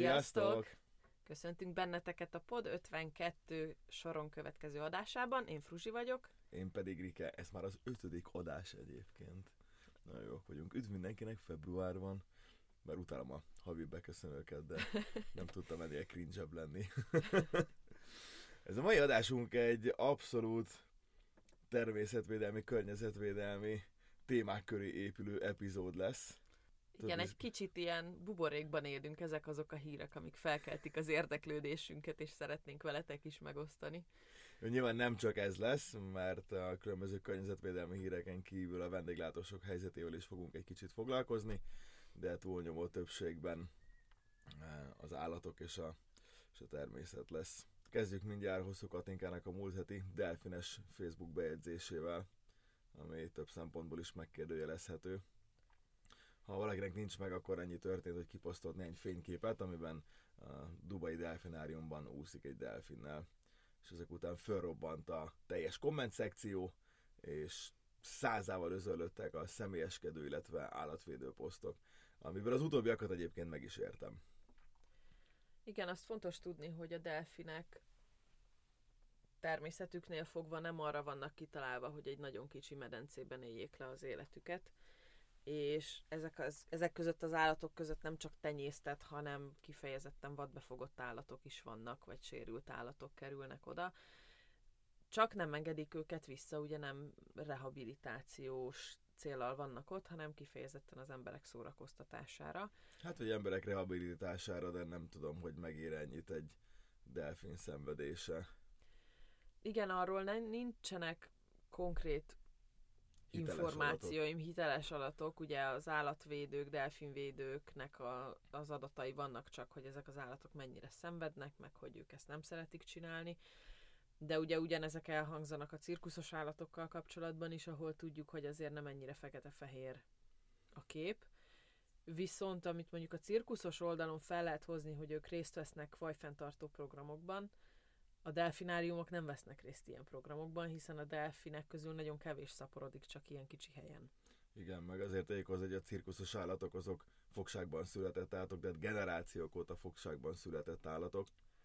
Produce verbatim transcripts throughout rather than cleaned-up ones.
Sziasztok! Köszöntünk benneteket a Pod ötvenkettő soron következő adásában. Én Fruzsi vagyok. Én pedig Rike. Ez már az ötödik adás egyébként. Nagyon jók vagyunk. Üdv mindenkinek februárban. Mert utálom a havi beköszönőket, de nem tudtam ennél cringe-ebb lenni. Ez a mai adásunk egy abszolút természetvédelmi, környezetvédelmi témák köré épülő epizód lesz. Igen, egy kicsit ilyen buborékban élünk, ezek azok a hírek, amik felkeltik az érdeklődésünket, és szeretnénk veletek is megosztani. Nyilván nem csak ez lesz, mert a különböző környezetvédelmi híreken kívül a vendéglátósok helyzetével is fogunk egy kicsit foglalkozni, de túlnyomó többségben az állatok és a, és a természet lesz. Kezdjük mindjárt Hosszú Katinkának a múlt heti delfines Facebook bejegyzésével, ami több szempontból is megkérdőjelezhető. Ha valakinek nincs meg, akkor ennyi történt, hogy kiposztolt néhány fényképet, amiben a dubai delfináriumban úszik egy delfinnel. És ezek után fölrobbant a teljes komment szekció, és százával özöllöttek a személyeskedő, illetve állatvédő posztok, amiből az utóbbiakat egyébként meg is értem. Igen, azt fontos tudni, hogy a delfinek természetüknél fogva nem arra vannak kitalálva, hogy egy nagyon kicsi medencében éljék le az életüket, és ezek, az, ezek között az állatok között nem csak tenyésztett, hanem kifejezetten vadbefogott állatok is vannak, vagy sérült állatok kerülnek oda. Csak nem engedik őket vissza, ugye nem rehabilitációs céllal vannak ott, hanem kifejezetten az emberek szórakoztatására. Hát, hogy emberek rehabilitására, de nem tudom, hogy megér ennyit egy delfin szenvedése. Igen, arról nem, nincsenek konkrét hiteles információim, adatok. hiteles adatok, ugye az állatvédők, delfinvédőknek a, az adatai vannak csak, hogy ezek az állatok mennyire szenvednek, meg hogy ők ezt nem szeretik csinálni, de ugye ugyanezek elhangzanak a cirkuszos állatokkal kapcsolatban is, ahol tudjuk, hogy azért nem ennyire fekete-fehér a kép. Viszont amit mondjuk a cirkuszos oldalon fel lehet hozni, hogy ők részt vesznek fajfenntartó programokban, a delfináriumok nem vesznek részt ilyen programokban, hiszen a delfinek közül nagyon kevés szaporodik csak ilyen kicsi helyen. Igen, meg azért tegyük hozzá, hogy a cirkuszos állatok azok fogságban született állatok, tehát generációk óta fogságban született állatok,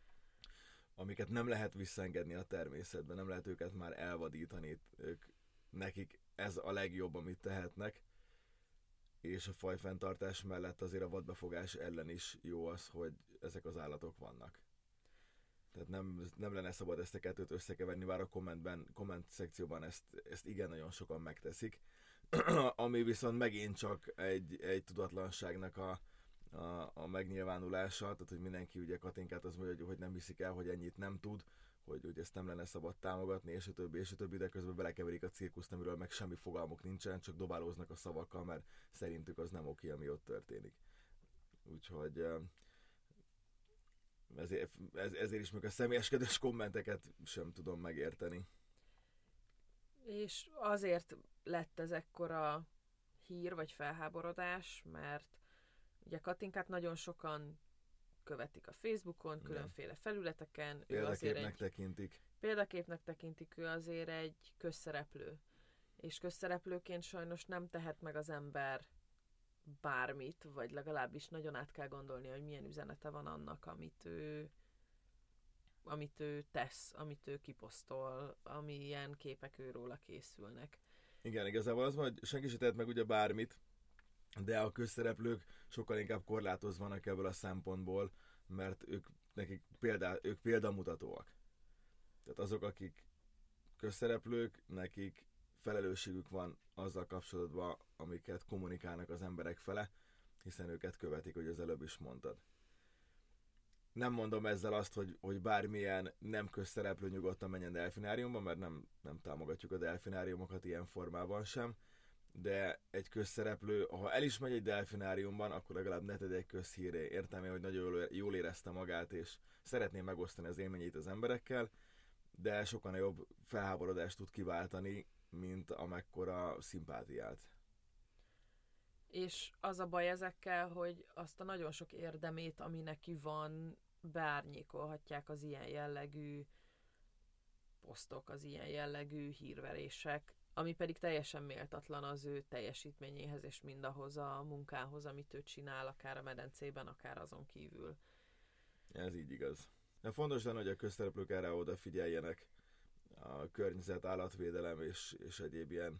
amiket nem lehet visszaengedni a természetben, nem lehet őket már elvadítani, ők, nekik ez a legjobb, amit tehetnek, és a fajfenntartás mellett azért a vadbefogás ellen is jó az, hogy ezek az állatok vannak. Tehát nem, nem lenne szabad ezt a kettőt összekeverni, bár a kommentben, komment szekcióban ezt, ezt igen nagyon sokan megteszik, ami viszont megint csak egy, egy tudatlanságnak a, a, a megnyilvánulása, tehát hogy mindenki ugye Katinkát az mondja, hogy nem hiszik el, hogy ennyit nem tud, hogy, hogy ezt nem lenne szabad támogatni, és a többi, és a többi, de közben belekeverik a cirkuszt, amiről meg semmi fogalmuk nincsen, csak dobálóznak a szavakkal, mert szerintük az nem oké, ami ott történik. Úgyhogy ezért, ez, ezért is még a személyeskedős kommenteket sem tudom megérteni. És azért lett ez ekkora hír vagy felháborodás, mert ugye Katinkát nagyon sokan követik a Facebookon, különféle felületeken. Példaképnek egy, tekintik. Példaképnek tekintik, ő azért egy közszereplő. És közszereplőként sajnos nem tehet meg az ember bármit, vagy legalábbis nagyon át kell gondolni, hogy milyen üzenete van annak, amit ő, amit ő tesz, amit ő kiposztol, amilyen képek őróla készülnek. Igen, igazából az van, hogy senki sem tehet meg ugye bármit, de a közszereplők sokkal inkább korlátozva vannak ebből a szempontból, mert ők, nekik példá, ők példamutatóak. Tehát azok, akik közszereplők, nekik felelősségük van azzal kapcsolatban, amiket kommunikálnak az emberek fele, hiszen őket követik, hogy az előbb is mondtad. Nem mondom ezzel azt, hogy, hogy bármilyen nem közszereplő nyugodtan menjen delfináriumba, mert nem, nem támogatjuk a delfináriumokat ilyen formában sem, de egy közszereplő, ha el is megy egy delfináriumban, akkor legalább ne tedd egy közhíré. Értem én, hogy nagyon jól érezte magát, és szeretné megosztani az élményét az emberekkel, de sokkal nagyobb felháborodást tud kiváltani, mint amekkora szimpátiát. És az a baj ezekkel, hogy azt a nagyon sok érdemét, ami neki van, beárnyékolhatják az ilyen jellegű posztok, az ilyen jellegű hírverések, ami pedig teljesen méltatlan az ő teljesítményéhez, és mindahhoz a munkához, amit ő csinál, akár a medencében, akár azon kívül. Ez így igaz. De fontos lenne, hogy a közszereplők erre odafigyeljenek, a környezet, állatvédelem és, és egyéb ilyen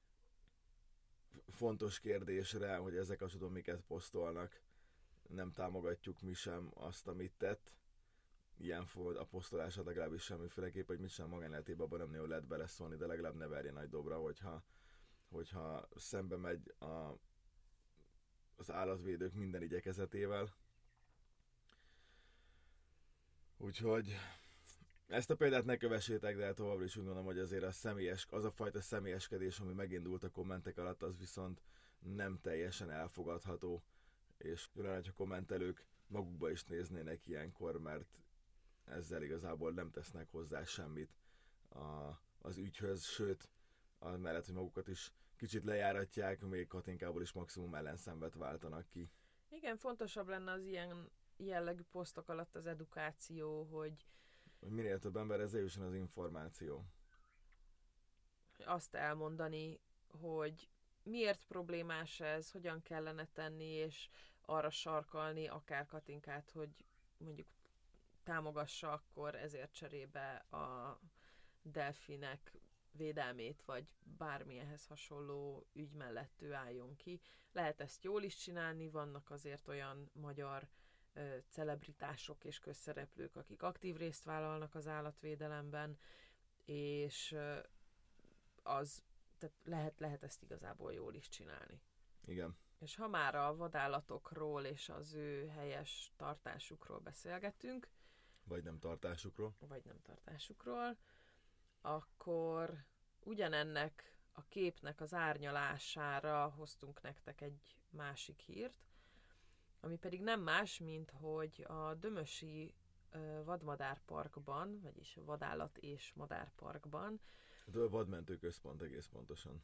fontos kérdésre, hogy ezek az tudom, miket posztolnak. Nem támogatjuk mi sem azt, amit tett. Ilyen a posztolását legalábbis semmiféleképp, hogy mit sem magánéletében abban nem nagyon lehet beleszólni, de legalább ne verje nagy dobra, hogyha, hogyha szembe megy a, az állatvédők minden igyekezetével. Úgyhogy ezt a példát ne kövessétek, de továbbra is úgy gondolom, hogy azért a személyes, az a fajta személyeskedés, ami megindult a kommentek alatt, az viszont nem teljesen elfogadható, és jól lenne, hogyha kommentelők magukba is néznének ilyenkor, mert ezzel igazából nem tesznek hozzá semmit a, az ügyhöz, sőt, mellett, hogy magukat is kicsit lejáratják, még Katinkából is maximum ellenszenvet váltanak ki. Igen, fontosabb lenne az ilyen jellegű posztok alatt az edukáció, hogy hogy minél több ember ezzel jusson az információ. Azt elmondani, hogy miért problémás ez, hogyan kellene tenni, és arra sarkalni akár Katinkát, hogy mondjuk támogassa akkor ezért cserébe a delfinek védelmét, vagy bármilyenhez hasonló ügy mellett ő álljon ki. Lehet ezt jól is csinálni, vannak azért olyan magyar ö, celebritások és közszereplők, akik aktív részt vállalnak az állatvédelemben, és ö, az, tehát lehet, lehet ezt igazából jól is csinálni. Igen. És ha már a vadállatokról és az ő helyes tartásukról beszélgetünk, vagy nem tartásukról, vagy nem tartásukról, akkor ugyanennek a képnek az árnyalására hoztunk nektek egy másik hírt, ami pedig nem más, mint hogy a Dömösi vadmadárparkban, vagyis vadállat és madárparkban a vadmentő központ egész pontosan.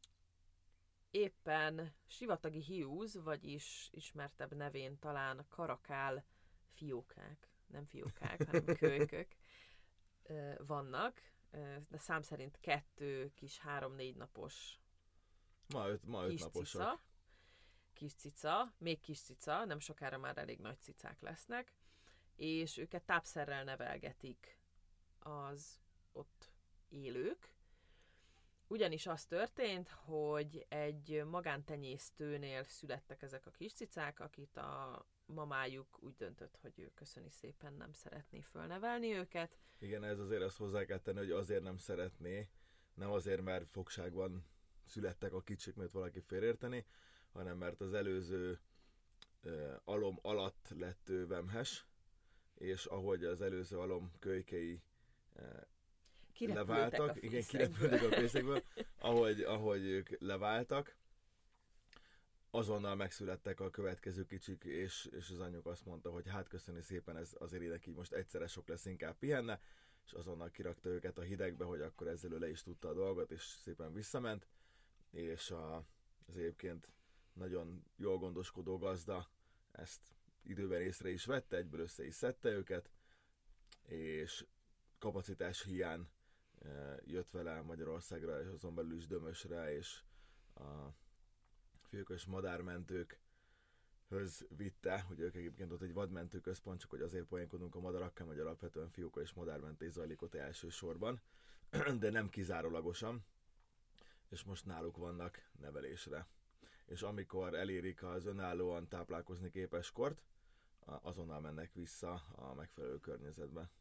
Éppen sivatagi hiúz, vagyis ismertebb nevén talán karakál fiókák, nem fiókák, hanem kölykök vannak, de szám szerint kettő kis három-négy napos ma öt, ma öt kis naposak. cica, kis cica, még kis cica, nem sokára már elég nagy cicák lesznek, és őket tápszerrel nevelgetik az ott élők. Ugyanis az történt, hogy egy magántenyésztőnél születtek ezek a kis cicák, akit a mamájuk úgy döntött, hogy ő köszöni szépen nem szeretné fölnevelni őket. Igen, ez azért azt hozzá kell tenni, hogy azért nem szeretné, nem azért, mert fogságban születtek a kicsik, mert valaki félreérteni, hanem mert az előző uh, alom alatt lett ő vemhes, és ahogy az előző alom kölykei uh, leváltak, igen, kirepültek a fészekből, ahogy, ahogy ők leváltak, azonnal megszülettek a következő kicsik, és, és az anyjuk azt mondta, hogy hát köszöni szépen, ez azért ideg így most egyszerre sok lesz, inkább pihenne, és azonnal kirakta őket a hidegbe, hogy akkor ezzel ő le is tudta a dolgot, és szépen visszament, és a, az egyébként nagyon jól gondoskodó gazda ezt időben észre is vette, egyből össze is szedte őket, és kapacitás hiány jött vele Magyarországra, és azon belül is Dömösre, és a fiókos madármentőkhöz vitte, hogy ők egyébként ott egy vadmentő központ, csak hogy azért poénkodunk a madarakkal, hogy alapvetően fióka és madármentés zajlik ott elsősorban, de nem kizárólagosan, és most náluk vannak nevelésre. És amikor elérik az önállóan táplálkozni képes kort, azonnal mennek vissza a megfelelő környezetbe.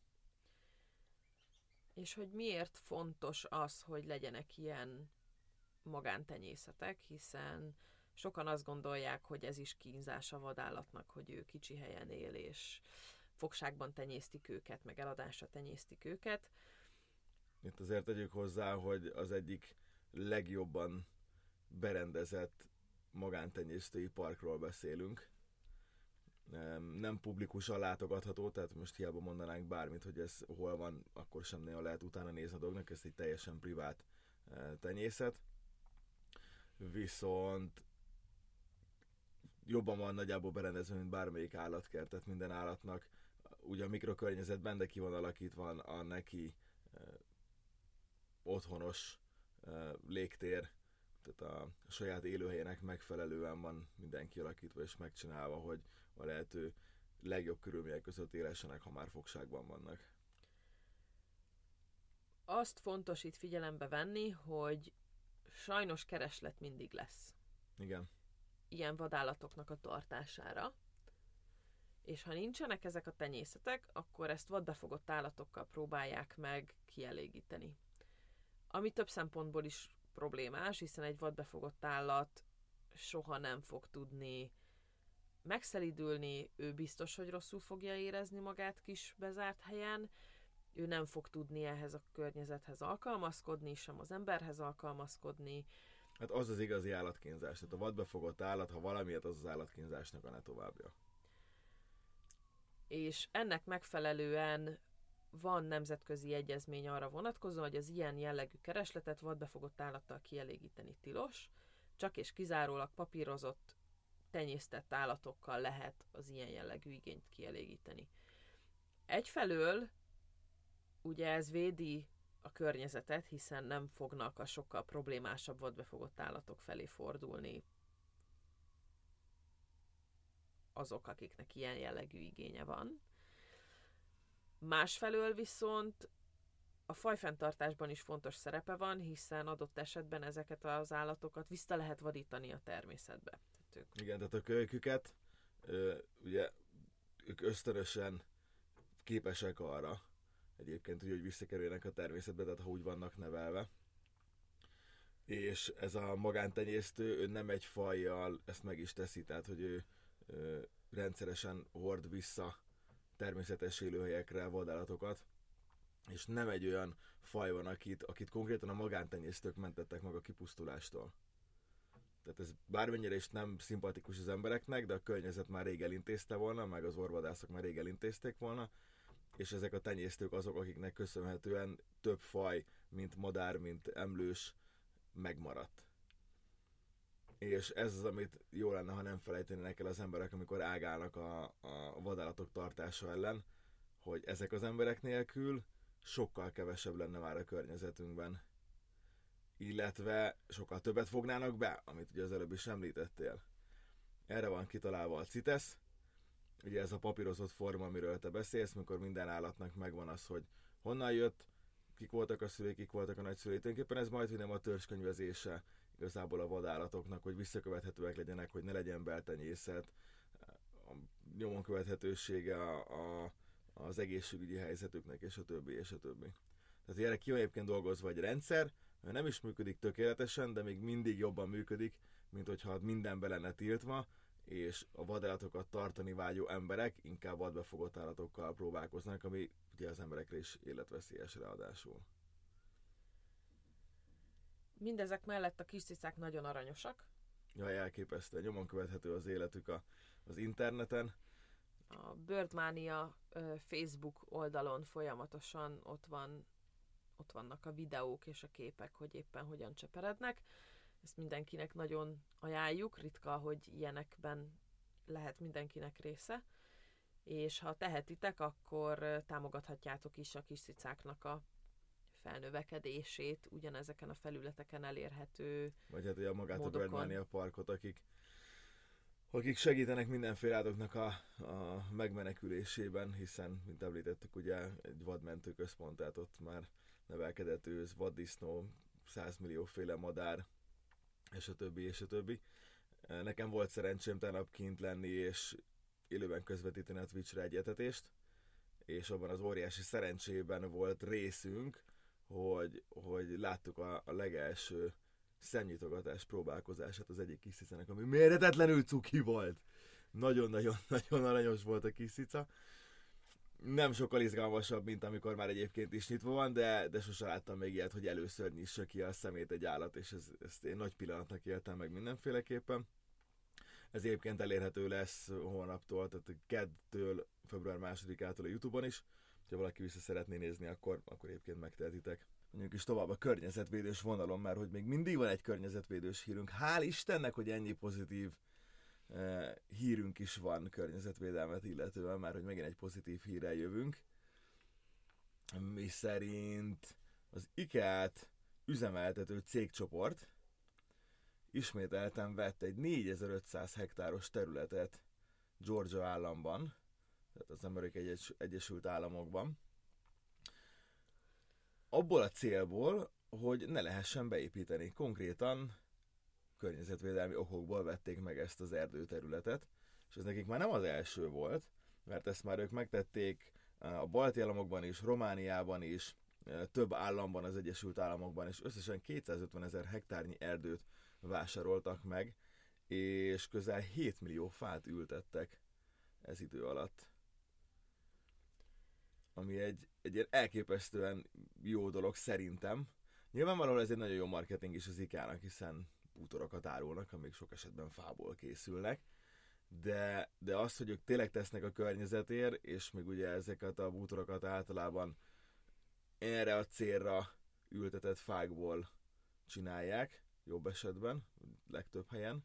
És hogy miért fontos az, hogy legyenek ilyen magántenyészetek, hiszen sokan azt gondolják, hogy ez is kínzás a vadállatnak, hogy ő kicsi helyen él, és fogságban tenyésztik őket, meg eladásra tenyésztik őket. Itt azért tegyük hozzá, hogy az egyik legjobban berendezett magántenyésztői parkról beszélünk. Nem publikusan látogatható, tehát most hiába mondanánk bármit, hogy ez hol van, akkor sem nagyon lehet utána nézni a dolgnak, ez egy teljesen privát tenyészet. Viszont jobban van nagyjából berendezve, mint bármelyik állatkert, tehát minden állatnak ugye a mikrokörnyezetben, de ki van alakítva a neki otthonos légtér, tehát a saját élőhelyének megfelelően van minden kialakítva és megcsinálva, hogy a lehető legjobb körülmények között élessenek, ha már fogságban vannak. Azt fontos itt figyelembe venni, hogy sajnos kereslet mindig lesz. Igen. Ilyen vadállatoknak a tartására. És ha nincsenek ezek a tenyészetek, akkor ezt vadbefogott állatokkal próbálják meg kielégíteni. Ami több szempontból is problémás, hiszen egy vadbefogott állat soha nem fog tudni megszelidülni, ő biztos, hogy rosszul fogja érezni magát kis bezárt helyen, ő nem fog tudni ehhez a környezethez alkalmazkodni, sem az emberhez alkalmazkodni. Hát az az igazi állatkínzás. Tehát a vadbefogott állat, ha valamiért, az az állatkínzásnak a ne továbbja. És ennek megfelelően van nemzetközi egyezmény arra vonatkozóan, hogy az ilyen jellegű keresletet vadbefogott állattal kielégíteni tilos, csak és kizárólag papírozott, tenyésztett állatokkal lehet az ilyen jellegű igényt kielégíteni. Egyfelől ugye ez védi a környezetet, hiszen nem fognak a sokkal problémásabb vadbefogott állatok felé fordulni azok, akiknek ilyen jellegű igénye van. Másfelől viszont a fajfenntartásban is fontos szerepe van, hiszen adott esetben ezeket az állatokat vissza lehet vadítani a természetbe. Tehát ők... Igen, tehát a kölyküket ugye ők ösztönösen képesek arra, egyébként, hogy visszakerüljenek a természetbe, tehát ha úgy vannak nevelve. És ez a magántenyésztő, ő nem egy fajjal ezt meg is teszi, tehát hogy ő ö, rendszeresen hord vissza természetes élőhelyekre vadállatokat, és nem egy olyan faj van, akit, akit konkrétan a magántenyésztők mentettek meg a kipusztulástól. Tehát ez bármennyire is nem szimpatikus az embereknek, de a környezet már rég elintézte volna, meg az orvadászok már rég elintézték volna, és ezek a tenyésztők azok, akiknek köszönhetően több faj, mint madár, mint emlős megmaradt. És ez az, amit jó lenne, ha nem felejtenének el az emberek, amikor ágálnak a, a vadállatok tartása ellen, hogy ezek az emberek nélkül sokkal kevesebb lenne már a környezetünkben. Illetve sokkal többet fognának be, amit ugye az előbb is említettél. Erre van kitalálva a CITES, ugye ez a papírozott forma, amiről te beszélsz, mikor minden állatnak megvan az, hogy honnan jött, kik voltak a szülők, kik voltak a nagyszülők. Tulajdonképpen ez majd, hogy nem a törzskönyvezése igazából a vadállatoknak, hogy visszakövethetőek legyenek, hogy ne legyen beltenyészet, a nyomon követhetősége a, a, az egészségügyi helyzetüknek, és a többi, és a többi. Tehát erre ki van egyébként dolgozva egy rendszer, mert nem is működik tökéletesen, de még mindig jobban működik, mint hogyha minden be lenne tiltva, és a vadállatokat tartani vágyó emberek inkább vadbefogott állatokkal próbálkoznak, ami ugye az emberekre is életveszélyes ráadásul. Mindezek mellett a kis cicák nagyon aranyosak. Jaj, elképesztő. Nyomon követhető az életük a, az interneten. A Birdmania uh, Facebook oldalon folyamatosan ott van, ott vannak a videók és a képek, hogy éppen hogyan cseperednek. Ezt mindenkinek nagyon ajánljuk, ritka, hogy ilyenekben lehet mindenkinek része. És ha tehetitek, akkor támogathatjátok is a kis cicáknak a felnövekedését ugyanezeken a felületeken elérhető Vagy hát ugye magát módokon. A Birdmania parkot, akik, akik segítenek mindenféle állatoknak a, a megmenekülésében, hiszen, mint említettük, ugye egy vadmentő központ, tehát ott már nevelkedett ősz, vaddisznó, százmillióféle madár, és a többi, és a többi. Nekem volt szerencsém tegnap kint lenni, és élőben közvetíteni a Twitchre egy etetést, és abban az óriási szerencsében volt részünk, hogy, hogy láttuk a, a legelső szemnyitogatás próbálkozását az egyik kis cicának, ami mérhetetlenül cuki volt. Nagyon-nagyon-nagyon aranyos volt a kis cica. Nem sokkal izgalmasabb, mint amikor már egyébként is nyitva van, de, de sose láttam még ilyet, hogy először nyissa ki a szemét egy állat, és ez, ezt én nagy pillanatnak éltem meg mindenféleképpen. Ez egyébként elérhető lesz holnaptól, tehát kettől február másodikától a YouTube-on is. Ha valaki vissza szeretné nézni, akkor, akkor egyébként megtehetitek. Mondjuk is tovább a környezetvédős vonalon, mert hogy még mindig van egy környezetvédős hírünk. Hál' Istennek, hogy ennyi pozitív eh, hírünk is van környezetvédelmet illetően, már hogy megint egy pozitív hírrel jövünk. Mi szerint az IKEA-t üzemeltető cégcsoport ismételten vett egy négyezer-ötszáz hektáros területet Georgia államban, tehát az Amerikai Egyes- Egyesült Államokban. Abból a célból, hogy ne lehessen beépíteni. Konkrétan környezetvédelmi okokból vették meg ezt az erdőterületet, és ez nekik már nem az első volt, mert ezt már ők megtették a balti államokban is, Romániában is, több államban, az Egyesült Államokban, és összesen kétszázötven ezer hektárnyi erdőt vásároltak meg, és közel hét millió fát ültettek ez idő alatt. Ami egy, egy ilyen elképesztően jó dolog szerintem. Nyilvánvalóan ez egy nagyon jó marketing is az IKEA-nak, hiszen bútorokat árulnak, amik sok esetben fából készülnek. De, de az, hogy ők tényleg tesznek a környezetért, és még ugye ezeket a bútorokat általában erre a célra ültetett fákból csinálják, jobb esetben, legtöbb helyen.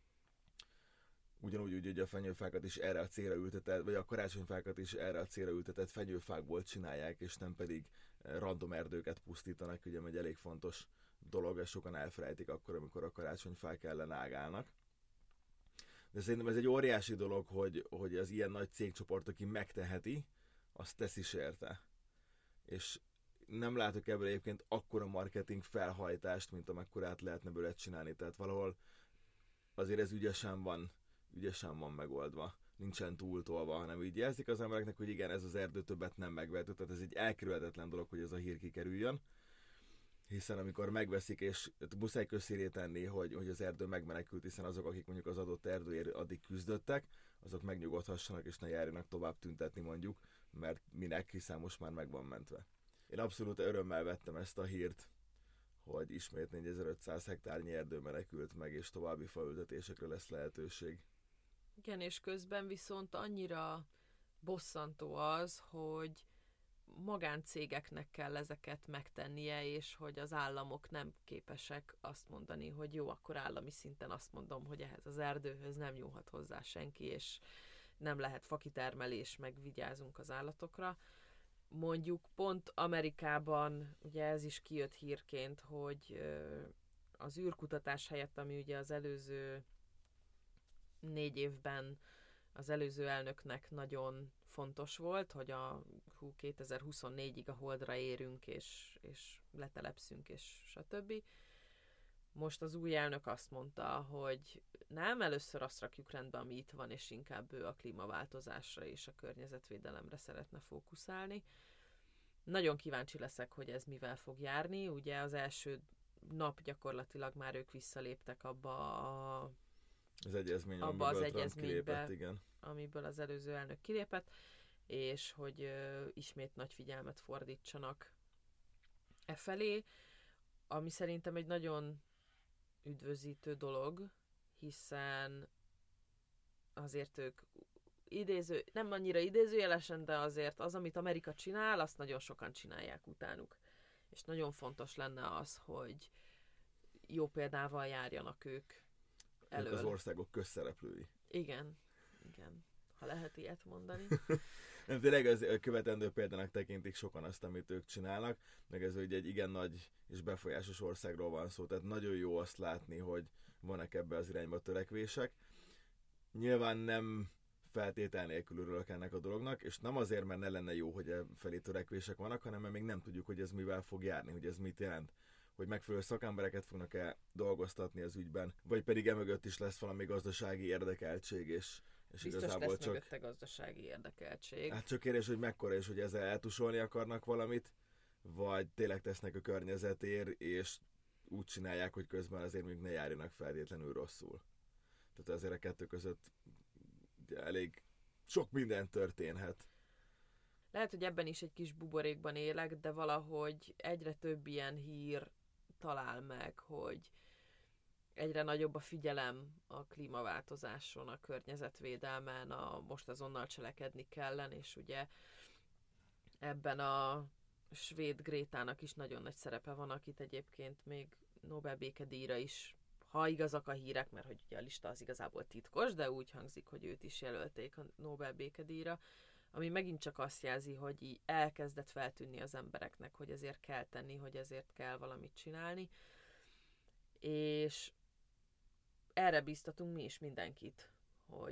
Ugyanúgy, úgy, hogy a fenyőfákat is erre a célra ültetett, vagy a karácsonyfákat is erre a célra ültetett fenyőfákból csinálják, és nem pedig random erdőket pusztítanak, ugye egy elég fontos dolog, ezt sokan elfelejtik akkor, amikor a karácsonyfák ellen ágálnak. De szerintem ez egy óriási dolog, hogy, hogy az ilyen nagy cégcsoport, aki megteheti, azt tesz is érte. És nem látok ebből egyébként akkora marketing felhajtást, mint amekkorát lehetne belőle csinálni. Tehát valahol azért ez ügyesen van, ügyesen van megoldva. Nincsen túltolva, hanem így jelzik az embereknek, hogy igen, ez az erdő többet nem megvehető. Tehát ez egy elkerülhetetlen dolog, hogy ez a hír kikerüljön. Hiszen amikor megveszik, és muszáj közszíré tenni, hogy, hogy az erdő megmenekült, hiszen azok, akik mondjuk az adott erdőért addig küzdöttek, azok megnyugodhassanak, és ne járjanak tovább tüntetni mondjuk, mert minek, hiszen most már meg van mentve. Én abszolút örömmel vettem ezt a hírt, hogy ismét négyezer-ötszáz hektárnyi erdő menekült meg, és további faültetésekre lesz lehetőség. Igen, és közben viszont annyira bosszantó az, hogy magáncégeknek kell ezeket megtennie, és hogy az államok nem képesek azt mondani, hogy jó, akkor állami szinten azt mondom, hogy ehhez az erdőhöz nem nyúlhat hozzá senki, és nem lehet fakitermelés, meg vigyázunk az állatokra. Mondjuk pont Amerikában, ugye ez is kijött hírként, hogy az űrkutatás helyett, ami ugye az előző négy évben az előző elnöknek nagyon fontos volt, hogy a hú, kétezer-huszonnégyig a Holdra érünk, és, és letelepszünk, és stb. Most az új elnök azt mondta, hogy nem, először azt rakjuk rendbe, ami itt van, és inkább ő a klímaváltozásra és a környezetvédelemre szeretne fókuszálni. Nagyon kíváncsi leszek, hogy ez mivel fog járni. Ugye az első nap gyakorlatilag már ők visszaléptek abba a az egyezmény, abba az egyezménybe, kilépett, igen. amiből az előző elnök kilépett, és hogy ö, ismét nagy figyelmet fordítsanak e felé, ami szerintem egy nagyon üdvözítő dolog, hiszen azért ők idéző, nem annyira idézőjelesen, de azért az, amit Amerika csinál, azt nagyon sokan csinálják utánuk. És nagyon fontos lenne az, hogy jó példával járjanak ők elől. Ők az országok közszereplői. Igen, igen. Ha lehet ilyet mondani. Nem, tényleg az követendő példának tekintik sokan azt, amit ők csinálnak, meg ez ugye egy igen nagy és befolyásos országról van szó, tehát nagyon jó azt látni, hogy vannak ebbe az irányba törekvések. Nyilván nem feltétel nélkül örülök ennek a dolognak, és nem azért, mert ne lenne jó, hogy e felé törekvések vannak, hanem mert még nem tudjuk, hogy ez mivel fog járni, hogy ez mit jelent. Hogy megfelelő szakembereket fognak-e dolgoztatni az ügyben, vagy pedig emögött is lesz valami gazdasági érdekeltség, és, és biztos igazából lesz csak... mögötte gazdasági érdekeltség. Hát csak kérdés, hogy mekkora, és hogy ezzel eltusolni akarnak valamit, vagy tényleg tesznek a környezetért, és úgy csinálják, hogy közben azért még ne járjanak feltétlenül rosszul. Tehát azért a kettő között elég sok minden történhet. Lehet, hogy ebben is egy kis buborékban élek, de valahogy egyre több ilyen hír talál meg, hogy egyre nagyobb a figyelem a klímaváltozáson, a környezetvédelmen, a most azonnal cselekedni kellene, és ugye ebben a svéd Grétának is nagyon nagy szerepe van, akit egyébként még Nobel békedíjra is, ha igazak a hírek, mert hogy ugye a lista az igazából titkos, de úgy hangzik, hogy őt is jelölték a Nobel békedíjra, ami megint csak azt jelzi, hogy így elkezdett feltűnni az embereknek, hogy ezért kell tenni, hogy ezért kell valamit csinálni, és erre biztatunk mi is mindenkit, hogy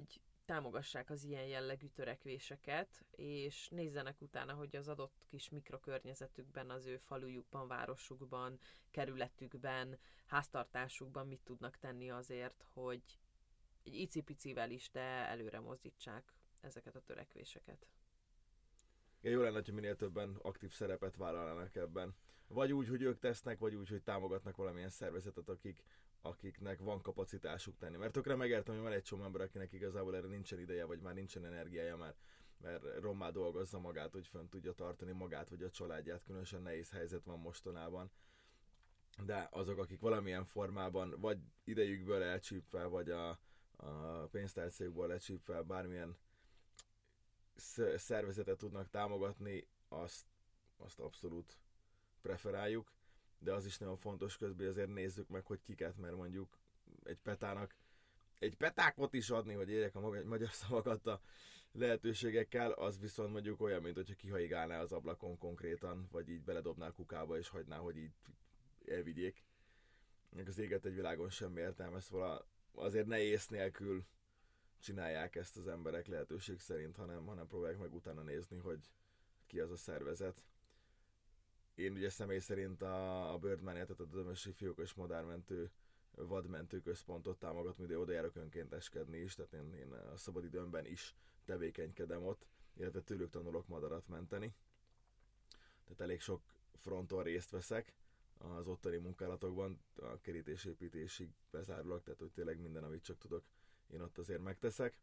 támogassák az ilyen jellegű törekvéseket, és nézzenek utána, hogy az adott kis mikrokörnyezetükben, az ő falujukban, városukban, kerületükben, háztartásukban mit tudnak tenni azért, hogy egy icipicivel is, de előre mozdítsák ezeket a törekvéseket. Ja, jó lenne, hogy minél többen aktív szerepet vállalnának ebben. Vagy úgy, hogy ők tesznek, vagy úgy, hogy támogatnak valamilyen szervezetet, akik, akiknek van kapacitásuk tenni. Mert tökre megértem, hogy van egy csomó ember, akinek igazából erre nincsen ideje, vagy már nincsen energiája, már, mert rommá dolgozza magát, hogy fönn tudja tartani magát, vagy a családját. Különösen nehéz helyzet van mostanában. De azok, akik valamilyen formában, vagy idejükből elcsípve, vagy a, a pénztárcájukból lecsípve, bármilyen szervezetet tudnak támogatni, azt, azt abszolút preferáljuk, de az is nagyon fontos közben, azért nézzük meg, hogy kiket, mert mondjuk egy petának egy petákot is adni, hogy érjek a magyar szavakat a lehetőségekkel, az viszont mondjuk olyan, mint hogyha kihaigálná az ablakon konkrétan, vagy így beledobná a kukába, és hagyná, hogy így elvigyék. Az éget egy világon semmi értelme, szóval azért ne ész nélkül csinálják ezt az emberek lehetőség szerint, hanem, hanem próbálják meg utána nézni, hogy ki az a szervezet. Én ugye személy szerint a, a Birdmania, tehát a Dömösi Fiókos Madármentő vadmentő központot támogatom, ide oda járok önkénteskedni is, tehát én, én a szabadidőmben is tevékenykedem ott, illetve tőlük tanulok madarat menteni. Tehát elég sok fronton részt veszek az ottani munkálatokban, a kerítésépítésig bezárulok, tehát hogy tényleg minden, amit csak tudok, én ott azért megteszek.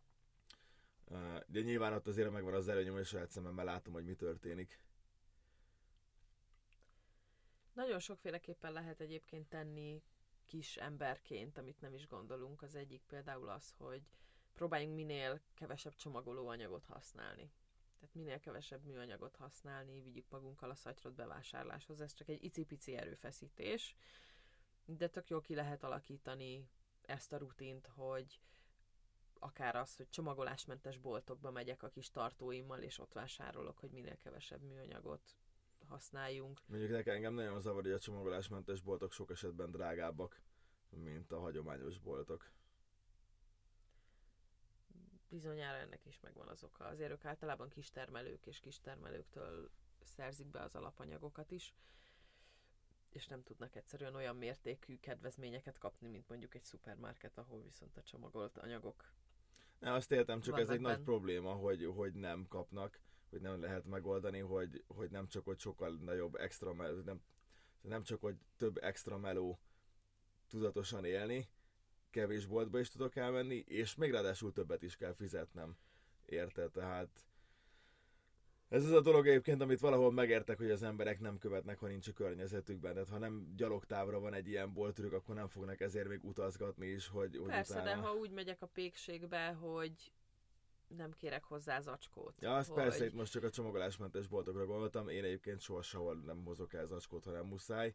De nyilván ott azért megvan az előnyöm, és saját szememmel látom, hogy mi történik. Nagyon sokféleképpen lehet egyébként tenni kis emberként, amit nem is gondolunk. Az egyik például az, hogy próbáljunk minél kevesebb csomagolóanyagot használni. Tehát minél kevesebb műanyagot használni, vigyük magunkkal a szatyrot bevásárláshoz. Ez csak egy icipici erőfeszítés, de tök jól ki lehet alakítani ezt a rutint, hogy akár az, hogy csomagolásmentes boltokba megyek a kis tartóimmal, és ott vásárolok, hogy minél kevesebb műanyagot használjunk. Mondjuk nekem engem nagyon zavar, hogy a csomagolásmentes boltok sok esetben drágábbak, mint a hagyományos boltok. Bizonyára ennek is megvan az oka. Azért ők általában kistermelők, és kistermelőktől szerzik be az alapanyagokat is, és nem tudnak egyszerűen olyan mértékű kedvezményeket kapni, mint mondjuk egy szupermarket, ahol viszont a csomagolt anyagok. Ne, azt értem, csak ez egy benne. nagy probléma, hogy, hogy nem kapnak, hogy nem lehet megoldani, hogy, hogy nem csak, hogy sokkal nagyobb extra meló, nem, nem csak, hogy több extra meló tudatosan élni, kevés boltba is tudok elmenni, és még ráadásul többet is kell fizetnem. Érte? Tehát ez az a dolog egyébként, amit valahol megértek, hogy az emberek nem követnek, ha nincs a környezetükben. Tehát ha nem gyalogtávra van egy ilyen boltürük, akkor nem fognak ezért még utazgatni is, hogy, hogy Persze, utána... de ha úgy megyek a pékségbe, hogy nem kérek hozzá zacskót. Ja, az hogy... persze, itt most csak a csomagolásmentes boltokra gondoltam. Én egyébként soha sehol nem hozok el zacskót, ha nem muszáj.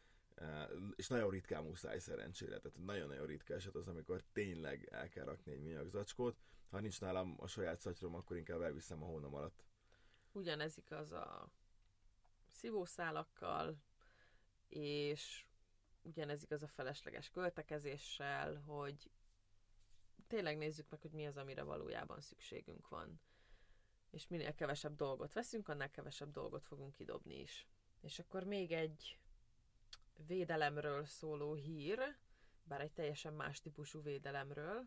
És nagyon ritkán muszáj szerencsére. Tehát nagyon-nagyon ritka eset az, amikor tényleg el kell rakni egy műanyag zacskót. Ha nincs nálam a saját szatyrom, akkor inkább elviszem a hónam alatt. Ugyanez igaz a szívószálakkal, és ugyanez igaz a felesleges költekezéssel, hogy tényleg nézzük meg, hogy mi az, amire valójában szükségünk van. És minél kevesebb dolgot veszünk, annál kevesebb dolgot fogunk kidobni is. És akkor még egy védelemről szóló hír, bár egy teljesen más típusú védelemről.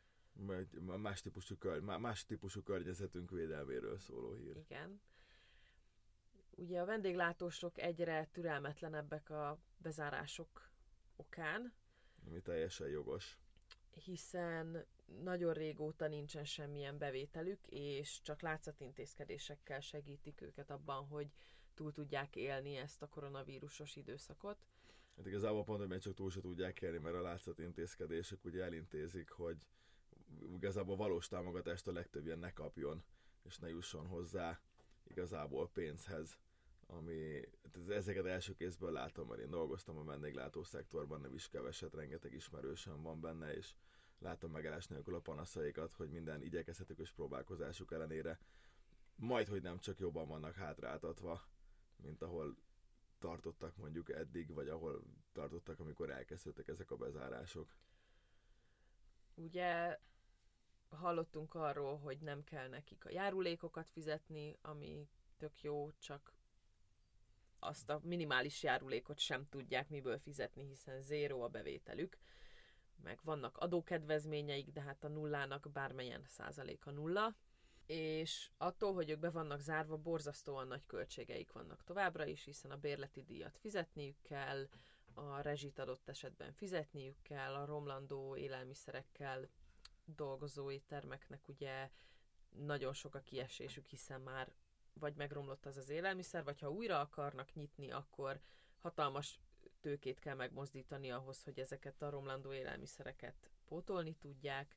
Más típusú, kör, más típusú környezetünk védelméről szóló hír. Igen. Ugye a vendéglátósok egyre türelmetlenebbek a bezárások okán. Ami teljesen jogos. Hiszen nagyon régóta nincsen semmilyen bevételük, és csak látszatintézkedésekkel segítik őket abban, hogy túl tudják élni ezt a koronavírusos időszakot. Hát igazából pont, hogy még csak túl se tudják élni, mert a látszatintézkedések ugye elintézik, hogy igazából valós támogatást a legtöbb ilyen ne kapjon, és ne jusson hozzá igazából pénzhez, ami ezeket első kézből látom, mert én dolgoztam a vendéglátó szektorban, nem is keveset, rengeteg ismerősöm van benne, és látom megállás nélkül a panaszaikat, hogy minden igyekezhetőkös próbálkozásuk ellenére majd, hogy nem csak jobban vannak hátráltatva, mint ahol tartottak mondjuk eddig, vagy ahol tartottak, amikor elkezdődtek ezek a bezárások. Ugye hallottunk arról, hogy nem kell nekik a járulékokat fizetni, ami tök jó, csak azt a minimális járulékot sem tudják miből fizetni, hiszen zéró a bevételük. Meg vannak adókedvezményeik, de hát a nullának bármilyen százaléka nulla. És attól, hogy ők be vannak zárva, borzasztóan nagy költségeik vannak továbbra is, hiszen a bérleti díjat fizetniük kell, a rezsit adott esetben fizetniük kell, a romlandó élelmiszerekkel dolgozó éttermeknek ugye nagyon sok a kiesésük, hiszen már vagy megromlott az az élelmiszer, vagy ha újra akarnak nyitni, akkor hatalmas tőkét kell megmozdítani ahhoz, hogy ezeket a romlandó élelmiszereket pótolni tudják.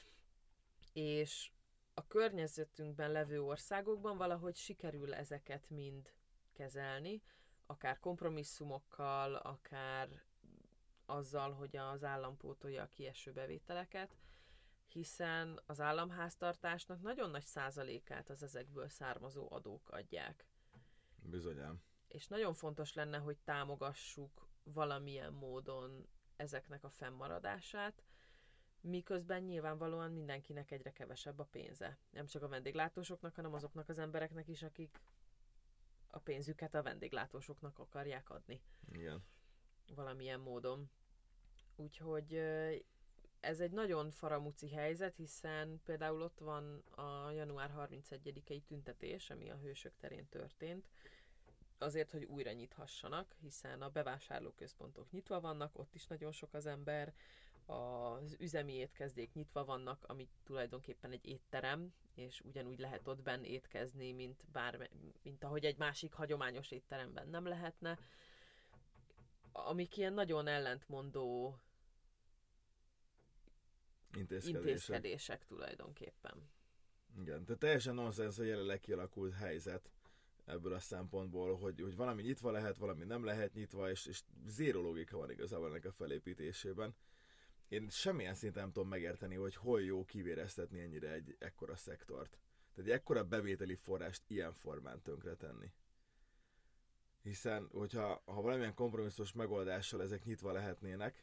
És a környezetünkben levő országokban valahogy sikerül ezeket mind kezelni, akár kompromisszumokkal, akár azzal, hogy az állam pótolja a kieső bevételeket, hiszen az államháztartásnak nagyon nagy százalékát az ezekből származó adók adják. Bizonyám. És nagyon fontos lenne, hogy támogassuk valamilyen módon ezeknek a fennmaradását, miközben nyilvánvalóan mindenkinek egyre kevesebb a pénze. Nem csak a vendéglátósoknak, hanem azoknak az embereknek is, akik a pénzüket a vendéglátósoknak akarják adni. Igen. Valamilyen módon. Úgyhogy ez egy nagyon faramuci helyzet, hiszen például ott van a január harmincegyedikei tüntetés, ami a Hősök terén történt, azért, hogy újra nyithassanak, hiszen a bevásárlóközpontok nyitva vannak, ott is nagyon sok az ember, az üzemi étkezdék nyitva vannak, ami tulajdonképpen egy étterem, és ugyanúgy lehet ott benn étkezni, mint, bár, mint ahogy egy másik hagyományos étteremben nem lehetne. Amik ilyen nagyon ellentmondó intézkedések. intézkedések tulajdonképpen. Igen, tehát teljesen nonsens a jelenleg kialakult helyzet ebből a szempontból, hogy, hogy valami nyitva lehet, valami nem lehet nyitva, és, és zéró logika van igazából ennek a felépítésében. Én semmilyen szinten nem tudom megérteni, hogy hol jó kivéreztetni ennyire egy ekkora szektort. Tehát egy ekkora bevételi forrást ilyen formán tönkretenni. Hiszen, hogyha ha valamilyen kompromisszós megoldással ezek nyitva lehetnének,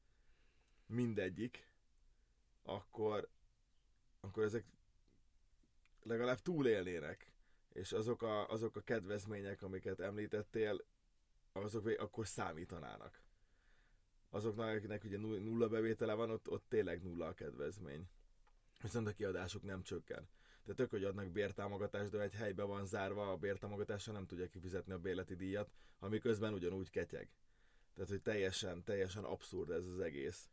mindegyik, akkor, akkor ezek legalább túlélnének. És azok a, azok a kedvezmények, amiket említettél, azok akkor számítanának. Azoknak, akiknek ugye nulla bevétele van, ott, ott tényleg nulla a kedvezmény. Viszont a kiadásuk nem csökken. Tehát tök, hogy adnak bértámogatást, de egy helybe van zárva, a bértámogatással nem tudja kifizetni a bérleti díjat, ami közben ugyanúgy ketyeg. Tehát, hogy teljesen, teljesen abszurd ez az egész.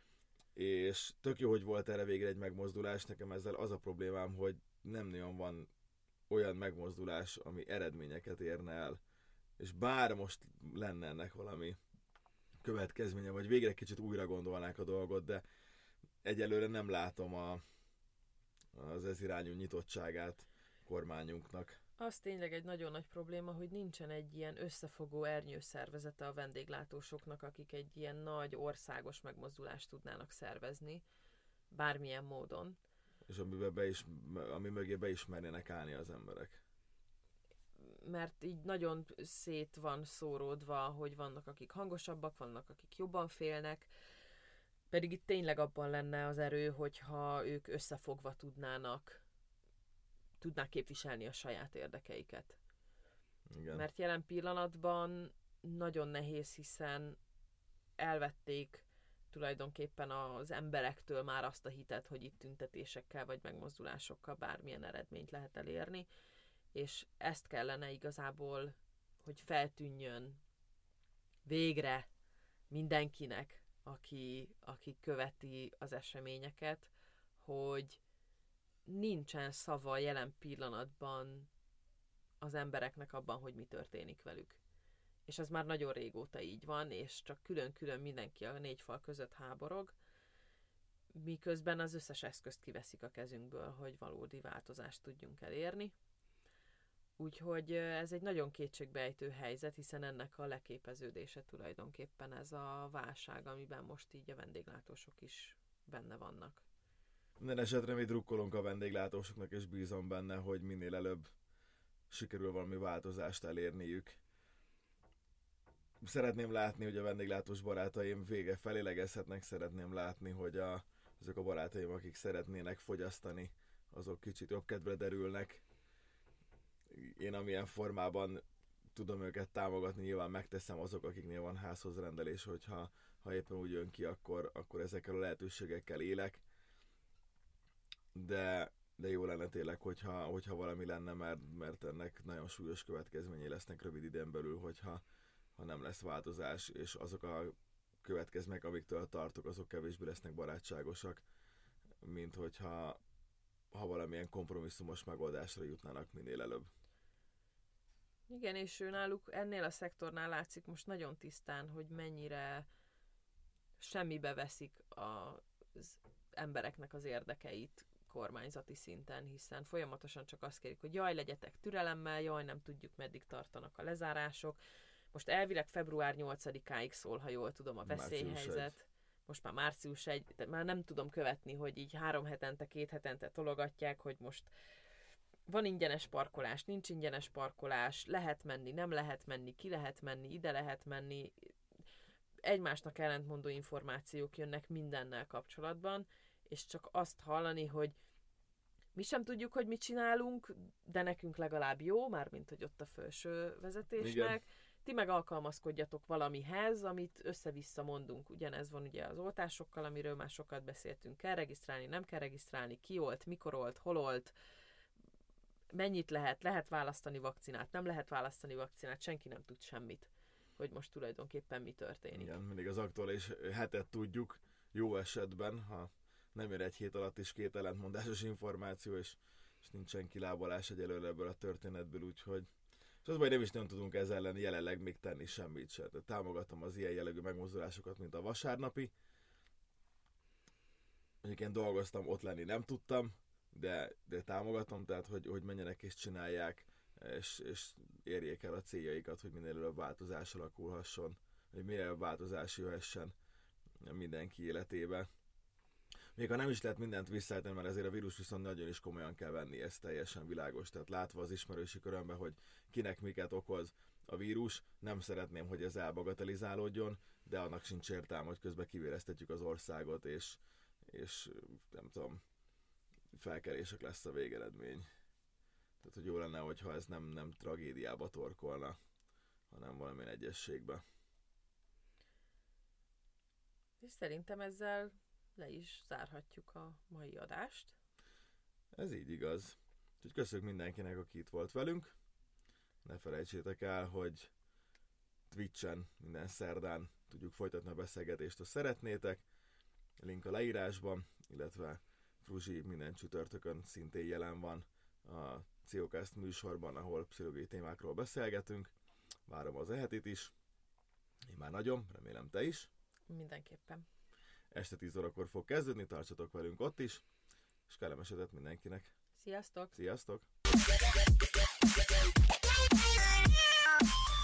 És tök jó, hogy volt erre végre egy megmozdulás, nekem ezzel az a problémám, hogy nem nagyon van olyan megmozdulás, ami eredményeket érne el. És bár most lenne ennek valami következménye, vagy végre kicsit újra gondolnák a dolgot, de egyelőre nem látom a, az ez irányú nyitottságát kormányunknak. Az tényleg egy nagyon nagy probléma, hogy nincsen egy ilyen összefogó ernyőszervezete a vendéglátósoknak, akik egy ilyen nagy országos megmozdulást tudnának szervezni, bármilyen módon. És amiben be is, ami mögé beismernének állni az emberek. Mert így nagyon szét van szóródva, hogy vannak, akik hangosabbak, vannak, akik jobban félnek, pedig itt tényleg abban lenne az erő, hogyha ők összefogva tudnának, tudnák képviselni a saját érdekeiket. Igen. Mert jelen pillanatban nagyon nehéz, hiszen elvették tulajdonképpen az emberektől már azt a hitet, hogy itt tüntetésekkel vagy megmozdulásokkal bármilyen eredményt lehet elérni, és ezt kellene igazából, hogy feltűnjön végre mindenkinek, aki, aki követi az eseményeket, hogy nincsen szava jelen pillanatban az embereknek abban, hogy mi történik velük. És ez már nagyon régóta így van, és csak külön-külön mindenki a négy fal között háborog, miközben az összes eszközt kiveszik a kezünkből, hogy valódi változást tudjunk elérni. Úgyhogy ez egy nagyon kétségbeejtő helyzet, hiszen ennek a leképeződése tulajdonképpen ez a válság, amiben most így a vendéglátósok is benne vannak. Minden esetre mi drukkolunk a vendéglátósoknak, és bízom benne, hogy minél előbb sikerül valami változást elérniük. Szeretném látni, hogy a vendéglátós barátaim vége felélegezhetnek, szeretném látni, hogy a azok a barátaim, akik szeretnének fogyasztani, azok kicsit jobb kedvre derülnek. Én amilyen formában tudom őket támogatni, nyilván megteszem, azok, akiknél van házhoz rendelés, hogyha ha éppen úgy jön ki, akkor, akkor ezekkel a lehetőségekkel élek. De, de jó lenne tényleg, hogyha, hogyha valami lenne, mert, mert ennek nagyon súlyos következményei lesznek rövid időn belül, hogyha ha nem lesz változás, és azok a következmények, amiktől tartok, azok kevésbé lesznek barátságosak, mint hogyha ha valamilyen kompromisszumos megoldásra jutnának minél előbb. Igen, és ő náluk ennél a szektornál látszik most nagyon tisztán, hogy mennyire semmibe veszik az embereknek az érdekeit kormányzati szinten, hiszen folyamatosan csak azt kérik, hogy jaj, legyetek türelemmel, jaj, nem tudjuk, meddig tartanak a lezárások. Most elvileg február nyolcadikáig szól, ha jól tudom, a veszélyhelyzet. Most már március elseje, de már nem tudom követni, hogy így három hetente, két hetente tologatják, hogy most van ingyenes parkolás, nincs ingyenes parkolás, lehet menni, nem lehet menni, ki lehet menni, ide lehet menni. Egymásnak ellentmondó információk jönnek mindennel kapcsolatban, és csak azt hallani, hogy mi sem tudjuk, hogy mit csinálunk, de nekünk legalább jó, mármint, hogy ott a felső vezetésnek. Igen. Ti meg alkalmazkodjatok valamihez, amit össze-vissza mondunk. Ugyanez van ugye az oltásokkal, amiről már sokat beszéltünk. Kell regisztrálni, nem kell regisztrálni, ki olt, mikor olt, hol olt, mennyit lehet, lehet választani vakcinát, nem lehet választani vakcinát, senki nem tud semmit, hogy most tulajdonképpen mi történik. Igen, mindig az aktuális hetet tudjuk, jó esetben, ha nem ér egy hét alatt is két ellentmondásos információ, és, és nincsen kilábalás egyelőre ebből a történetből, úgyhogy és az baj, nem is nem tudunk ezzel ellen jelenleg még tenni semmit se. Tehát támogatom az ilyen jellegű megmozdulásokat, mint a vasárnapi. Mondjuk én dolgoztam, ott lenni nem tudtam, de, de támogatom, tehát hogy, hogy menjenek és csinálják, és, és érjék el a céljaikat, hogy minél előbb változás alakulhasson, hogy minél előbb változás jöhessen mindenki életébe. Még ha nem is lehet mindent visszaállítani, mert ezért a vírus viszont nagyon is komolyan kell venni, ez teljesen világos. Tehát látva az ismerősi körömben, hogy kinek miket okoz a vírus, nem szeretném, hogy ez elbagatelizálódjon, de annak sincs értelme, hogy közben kivéreztetjük az országot, és, és nem tudom, felkelések lesz a végeredmény. Tehát, hogy jó lenne, hogyha ez nem, nem tragédiába torkolna, hanem valamilyen egyességbe. És szerintem ezzel le is zárhatjuk a mai adást. Ez így igaz. Úgyhogy köszönjük mindenkinek, aki itt volt velünk. Ne felejtsétek el, hogy Twitchen minden szerdán tudjuk folytatni a beszélgetést, ha szeretnétek. Link a leírásban, illetve Fruzsi minden csütörtökön szintén jelen van a Pszichokast műsorban, ahol pszichológiai témákról beszélgetünk. Várom az ehetit is. Én már nagyon, remélem te is. Mindenképpen. Este tíz órakor fog kezdődni, tartsatok velünk ott is, és kellemes etet mindenkinek. Sziasztok! Sziasztok!